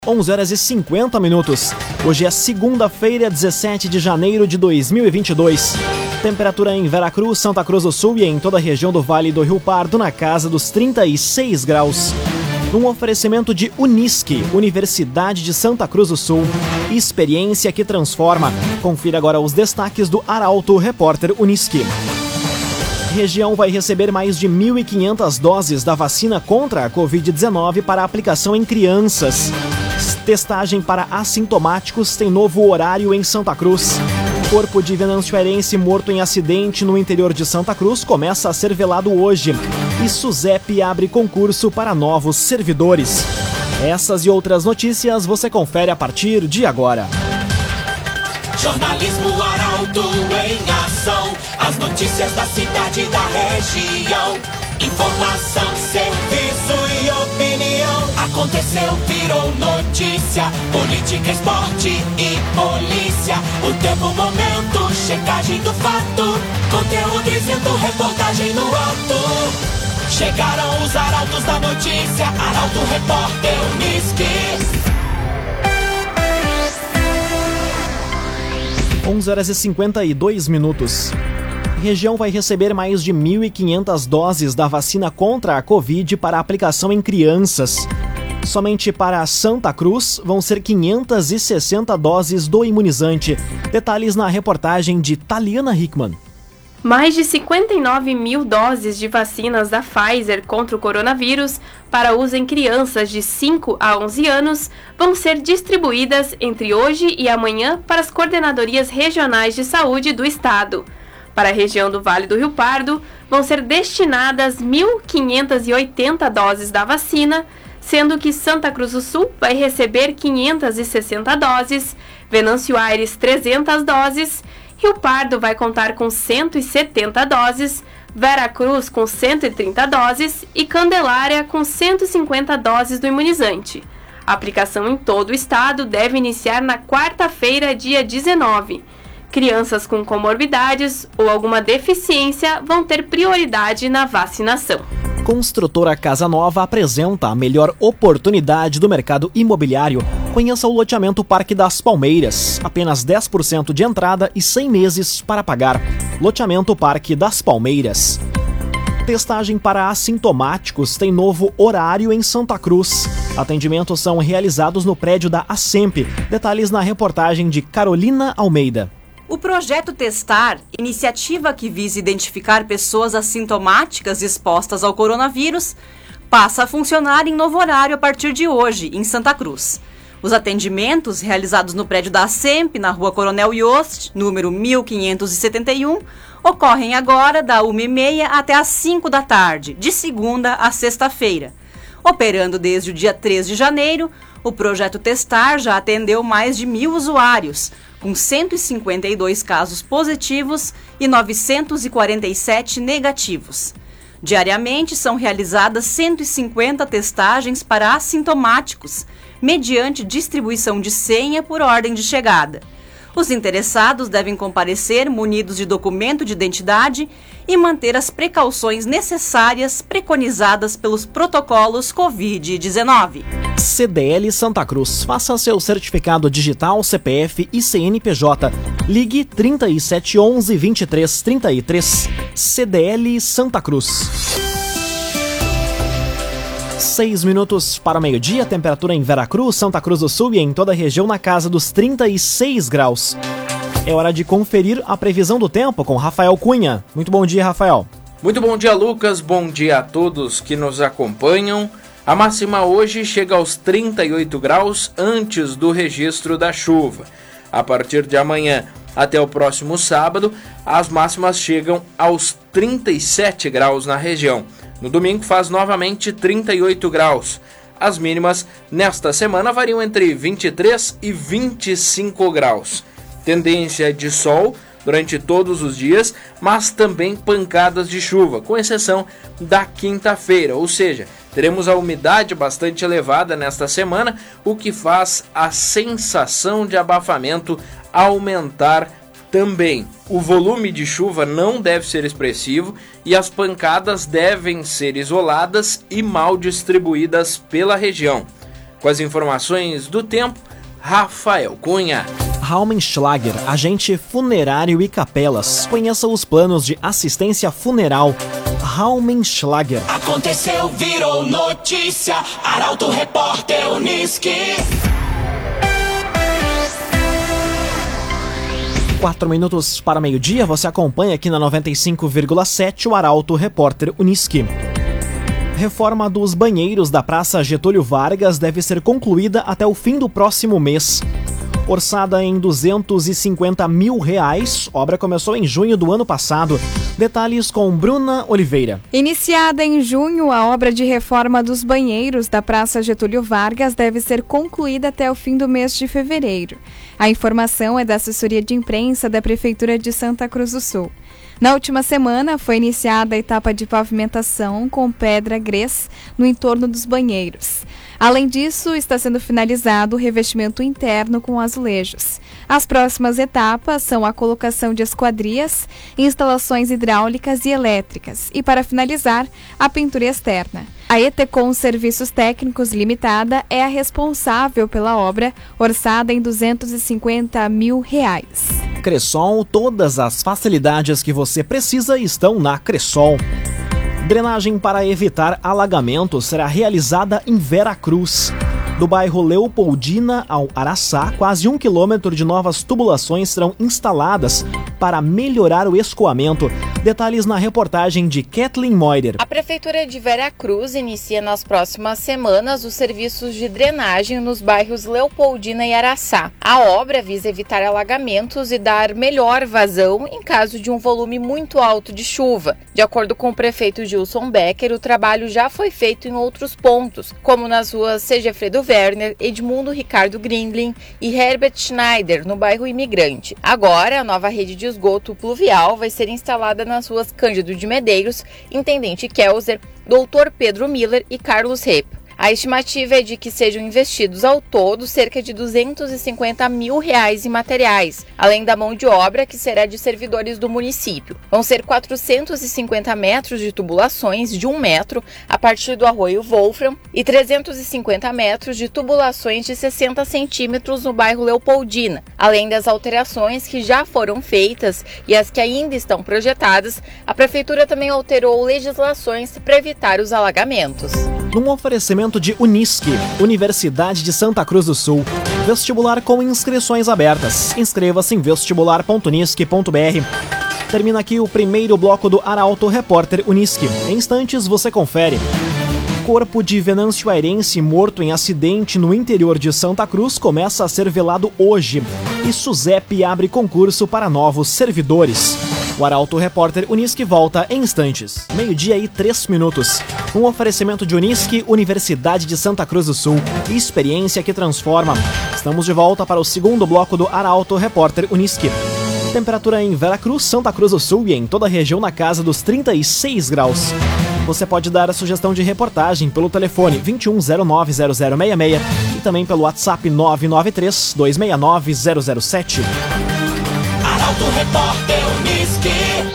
11h50. Hoje é segunda-feira, 17 de janeiro de 2022. Temperatura em Veracruz, Santa Cruz do Sul e em toda a região do Vale do Rio Pardo na casa dos 36 graus. Um oferecimento de Unisque, Universidade de Santa Cruz do Sul. Experiência que transforma. Confira agora os destaques do Arauto Repórter Unisque. Região vai receber mais de 1.500 doses da vacina contra a Covid-19 para aplicação em crianças. Testagem para assintomáticos tem novo horário em Santa Cruz. Corpo de venançoarense morto em acidente no interior de Santa Cruz começa a ser velado hoje. E SUSEP abre concurso para novos servidores. Essas e outras notícias você confere a partir de agora. Jornalismo Arauto em ação. As notícias da cidade e da região. Informação, serviço e opinião. Aconteceu, virou notícia. Política, esporte e polícia. O tempo, momento, checagem do fato. Conteúdo dizendo, reportagem no ato. Chegaram os arautos da notícia. Arauto Repórter Unisque. 11h52. Região vai receber mais de 1.500 doses da vacina contra a Covid para aplicação em crianças. Somente para Santa Cruz vão ser 560 doses do imunizante. Detalhes na reportagem de Taliana Hickman. Mais de 59 mil doses de vacinas da Pfizer contra o coronavírus para uso em crianças de 5 a 11 anos vão ser distribuídas entre hoje e amanhã para as coordenadorias regionais de saúde do estado. Para a região do Vale do Rio Pardo, vão ser destinadas 1.580 doses da vacina, sendo que Santa Cruz do Sul vai receber 560 doses, Venâncio Aires 300 doses, Rio Pardo vai contar com 170 doses, Veracruz com 130 doses e Candelária com 150 doses do imunizante. A aplicação em todo o estado deve iniciar na quarta-feira, dia 19. Crianças com comorbidades ou alguma deficiência vão ter prioridade na vacinação. Construtora Casa Nova apresenta a melhor oportunidade do mercado imobiliário. Conheça o loteamento Parque das Palmeiras. Apenas 10% de entrada e 100 meses para pagar. Loteamento Parque das Palmeiras. Testagem para assintomáticos tem novo horário em Santa Cruz. Atendimentos são realizados no prédio da ASEMP. Detalhes na reportagem de Carolina Almeida. O projeto Testar, iniciativa que visa identificar pessoas assintomáticas expostas ao coronavírus, passa a funcionar em novo horário a partir de hoje, em Santa Cruz. Os atendimentos, realizados no prédio da ASEMP, na rua Coronel Yost, número 1571, ocorrem agora da 1h30 até às 5 da tarde, de segunda a sexta-feira. Operando desde o dia 3 de janeiro, o projeto Testar já atendeu mais de 1.000 usuários, com 152 casos positivos e 947 negativos. Diariamente são realizadas 150 testagens para assintomáticos, mediante distribuição de senha por ordem de chegada. Os interessados devem comparecer munidos de documento de identidade e manter as precauções necessárias preconizadas pelos protocolos Covid-19. CDL Santa Cruz. Faça seu certificado digital, CPF e CNPJ. Ligue 3711 2333. CDL Santa Cruz. 6 minutos para o meio-dia, temperatura em Veracruz, Santa Cruz do Sul e em toda a região na casa dos 36 graus. É hora de conferir a previsão do tempo com Rafael Cunha. Muito bom dia, Rafael. Muito bom dia, Lucas. Bom dia a todos que nos acompanham. A máxima hoje chega aos 38 graus antes do registro da chuva. A partir de amanhã até o próximo sábado, as máximas chegam aos 37 graus na região. No domingo faz novamente 38 graus. As mínimas nesta semana variam entre 23 e 25 graus. Tendência de sol durante todos os dias, mas também pancadas de chuva, com exceção da quinta-feira, ou seja, teremos a umidade bastante elevada nesta semana, o que faz a sensação de abafamento aumentar também. O volume de chuva não deve ser expressivo e as pancadas devem ser isoladas e mal distribuídas pela região. Com as informações do tempo, Rafael Cunha. Raumenschlager, agente funerário e capelas. Conheça os planos de assistência funeral. Raumenschlager. Aconteceu, virou notícia. Arauto Repórter Unisque. 4 minutos para meio-dia, você acompanha aqui na 95,7 o Arauto Repórter Unisque. Reforma dos banheiros da Praça Getúlio Vargas deve ser concluída até o fim do próximo mês. Orçada em R$250 mil, obra começou em junho do ano passado. Detalhes com Bruna Oliveira. Iniciada em junho, a obra de reforma dos banheiros da Praça Getúlio Vargas deve ser concluída até o fim do mês de fevereiro. A informação é da assessoria de imprensa da Prefeitura de Santa Cruz do Sul. Na última semana, foi iniciada a etapa de pavimentação com pedra grès no entorno dos banheiros. Além disso, está sendo finalizado o revestimento interno com azulejos. As próximas etapas são a colocação de esquadrias, instalações hidráulicas e elétricas e, para finalizar, a pintura externa. A Etecom Serviços Técnicos Limitada é a responsável pela obra, orçada em R$250 mil. Cressol, todas as facilidades que você precisa estão na Cressol. Drenagem para evitar alagamentos será realizada em Veracruz. Do bairro Leopoldina ao Araçá, quase 1 quilômetro de novas tubulações serão instaladas para melhorar o escoamento. Detalhes na reportagem de Kathleen Moider. A Prefeitura de Veracruz inicia nas próximas semanas os serviços de drenagem nos bairros Leopoldina e Araçá. A obra visa evitar alagamentos e dar melhor vazão em caso de um volume muito alto de chuva. De acordo com o prefeito Gilson Becker, o trabalho já foi feito em outros pontos, como nas ruas Segefredo Werner, Edmundo Ricardo Grindlin e Herbert Schneider, no bairro Imigrante. Agora, a nova rede de esgoto pluvial vai ser instalada nas ruas Cândido de Medeiros, Intendente Kelzer, Doutor Pedro Miller e Carlos Repo. A estimativa é de que sejam investidos ao todo cerca de R$250 mil em materiais, além da mão de obra que será de servidores do município. Vão ser 450 metros de tubulações de 1 metro a partir do arroio Wolfram e 350 metros de tubulações de 60 centímetros no bairro Leopoldina, além das alterações que já foram feitas e as que ainda estão projetadas. A Prefeitura também alterou legislações para evitar os alagamentos. Num oferecimento de Unisque, Universidade de Santa Cruz do Sul. Vestibular com inscrições abertas. Inscreva-se em vestibular.unisque.br. Termina aqui o primeiro bloco do Arauto Repórter Unisque. Em instantes você confere. Corpo de Venâncio Airense morto em acidente no interior de Santa Cruz começa a ser velado hoje. E SUSEP abre concurso para novos servidores. O Arauto Repórter Unisque volta em instantes. 12:03. Um oferecimento de Unisque, Universidade de Santa Cruz do Sul. Experiência que transforma. Estamos de volta para o segundo bloco do Arauto Repórter Unisque. Temperatura em Veracruz, Santa Cruz do Sul e em toda a região na casa dos 36 graus. Você pode dar a sugestão de reportagem pelo telefone 2109-0066 e também pelo WhatsApp 993-269-007. Arauto Repórter Unisque.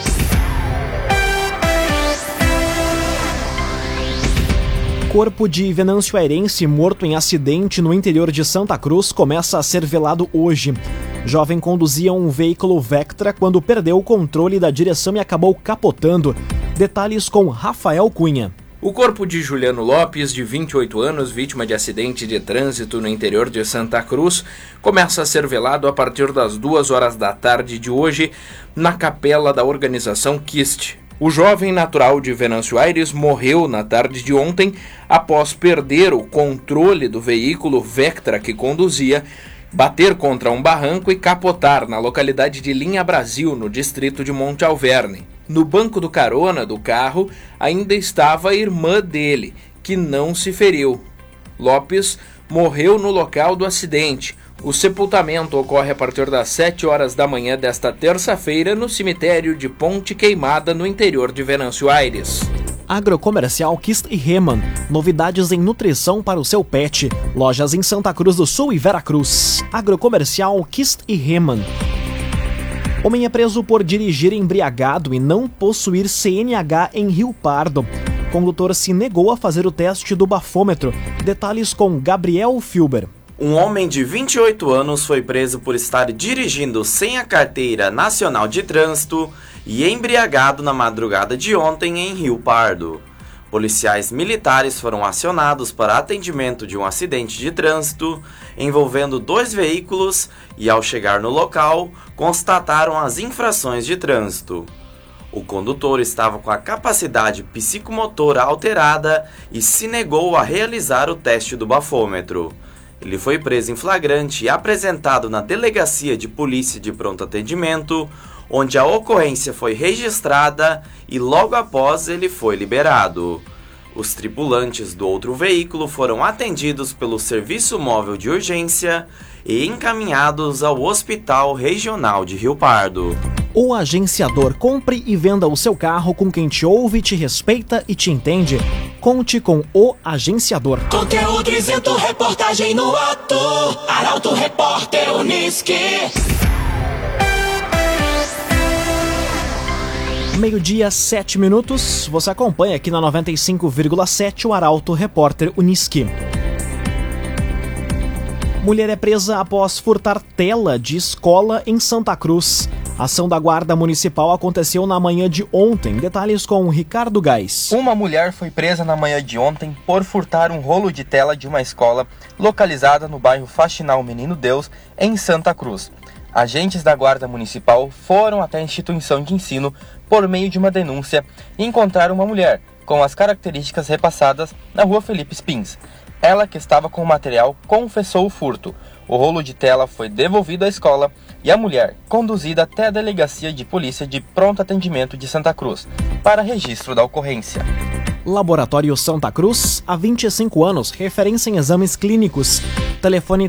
Corpo de Venâncio Airense morto em acidente no interior de Santa Cruz começa a ser velado hoje. Jovem conduzia um veículo Vectra quando perdeu o controle da direção e acabou capotando. Detalhes com Rafael Cunha. O corpo de Juliano Lopes, de 28 anos, vítima de acidente de trânsito no interior de Santa Cruz, começa a ser velado a partir das 2h da tarde de hoje na capela da organização KIST. O jovem natural de Venâncio Aires morreu na tarde de ontem após perder o controle do veículo Vectra que conduzia, bater contra um barranco e capotar na localidade de Linha Brasil, no distrito de Monte Alverne. No banco do carona do carro ainda estava a irmã dele, que não se feriu. Lopes morreu no local do acidente. O sepultamento ocorre a partir das 7h da manhã desta terça-feira no cemitério de Ponte Queimada, no interior de Venâncio Aires. Agrocomercial Kist e Reman. Novidades em nutrição para o seu pet. Lojas em Santa Cruz do Sul e Veracruz. Agrocomercial Kist e Reman. Homem é preso por dirigir embriagado e não possuir CNH em Rio Pardo. O condutor se negou a fazer o teste do bafômetro. Detalhes com Gabriel Filber. Um homem de 28 anos foi preso por estar dirigindo sem a carteira nacional de trânsito e embriagado na madrugada de ontem em Rio Pardo. Policiais militares foram acionados para atendimento de um acidente de trânsito envolvendo 2 veículos e, ao chegar no local, constataram as infrações de trânsito. O condutor estava com a capacidade psicomotora alterada e se negou a realizar o teste do bafômetro. Ele foi preso em flagrante e apresentado na Delegacia de Polícia de Pronto Atendimento, onde a ocorrência foi registrada e logo após ele foi liberado. Os tripulantes do outro veículo foram atendidos pelo Serviço Móvel de Urgência e encaminhados ao Hospital Regional de Rio Pardo. O Agenciador. Compre e venda o seu carro com quem te ouve, te respeita e te entende. Conte com o Agenciador. Conteúdo isento, reportagem no ato. Arauto Repórter Unisque. 12:07. Você acompanha aqui na 95,7 o Arauto Repórter Unisque. Mulher é presa após furtar tela de escola em Santa Cruz. A ação da Guarda Municipal aconteceu na manhã de ontem. Detalhes com Ricardo Gás. Uma mulher foi presa na manhã de ontem por furtar um rolo de tela de uma escola localizada no bairro Faxinal Menino Deus, em Santa Cruz. Agentes da Guarda Municipal foram até a instituição de ensino por meio de uma denúncia e encontraram uma mulher com as características repassadas na rua Felipe Spins. Ela, que estava com o material, confessou o furto. O rolo de tela foi devolvido à escola e a mulher conduzida até a Delegacia de Polícia de Pronto Atendimento de Santa Cruz para registro da ocorrência. Laboratório Santa Cruz, há 25 anos, referência em exames clínicos. Telefone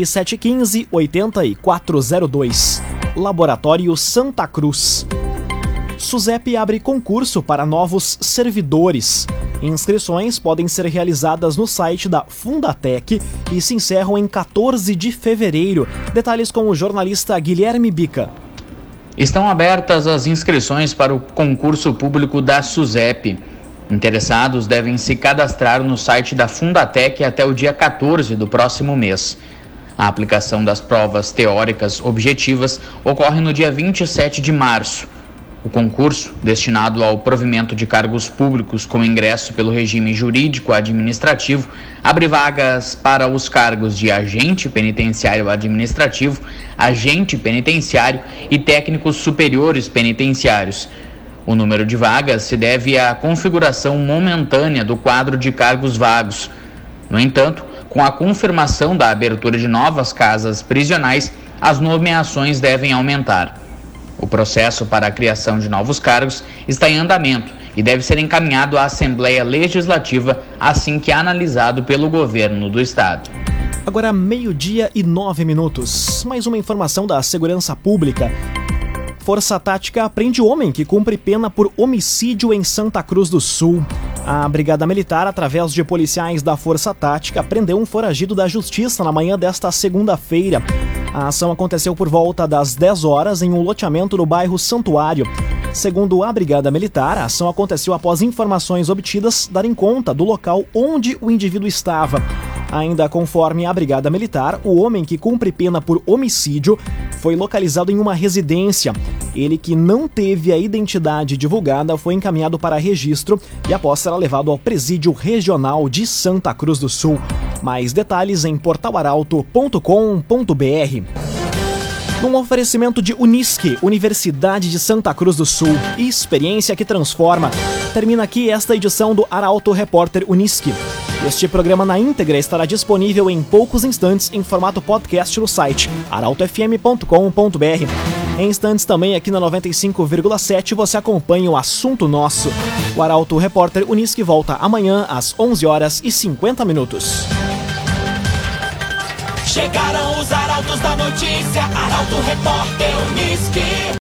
3715-8402. Laboratório Santa Cruz. SUSEP abre concurso para novos servidores. Inscrições podem ser realizadas no site da Fundatec e se encerram em 14 de fevereiro. Detalhes com o jornalista Guilherme Bica. Estão abertas as inscrições para o concurso público da SUSEP. Interessados devem se cadastrar no site da Fundatec até o dia 14 do próximo mês. A aplicação das provas teóricas objetivas ocorre no dia 27 de março. O concurso, destinado ao provimento de cargos públicos com ingresso pelo regime jurídico-administrativo, abre vagas para os cargos de agente penitenciário administrativo, agente penitenciário e técnicos superiores penitenciários. O número de vagas se deve à configuração momentânea do quadro de cargos vagos. No entanto, com a confirmação da abertura de novas casas prisionais, as nomeações devem aumentar. O processo para a criação de novos cargos está em andamento e deve ser encaminhado à Assembleia Legislativa assim que analisado pelo governo do Estado. Agora 12:09. Mais uma informação da Segurança Pública. Força Tática prende homem que cumpre pena por homicídio em Santa Cruz do Sul. A Brigada Militar, através de policiais da Força Tática, prendeu um foragido da Justiça na manhã desta segunda-feira. A ação aconteceu por volta das 10 horas em um loteamento no bairro Santuário. Segundo a Brigada Militar, a ação aconteceu após informações obtidas darem conta do local onde o indivíduo estava. Ainda conforme a Brigada Militar, o homem que cumpre pena por homicídio foi localizado em uma residência. Ele, que não teve a identidade divulgada, foi encaminhado para registro e após será levado ao Presídio Regional de Santa Cruz do Sul. Mais detalhes em portalaralto.com.br. Num oferecimento de Unisque, Universidade de Santa Cruz do Sul, experiência que transforma. Termina aqui esta edição do Arauto Repórter Unisque. Este programa na íntegra estará disponível em poucos instantes em formato podcast no site arautofm.com.br. Em instantes também aqui na 95,7 você acompanha o Assunto Nosso. O Arauto Repórter Unisque volta amanhã às 11h50. Chegaram os arautos da notícia, Arauto Repórter Unisque.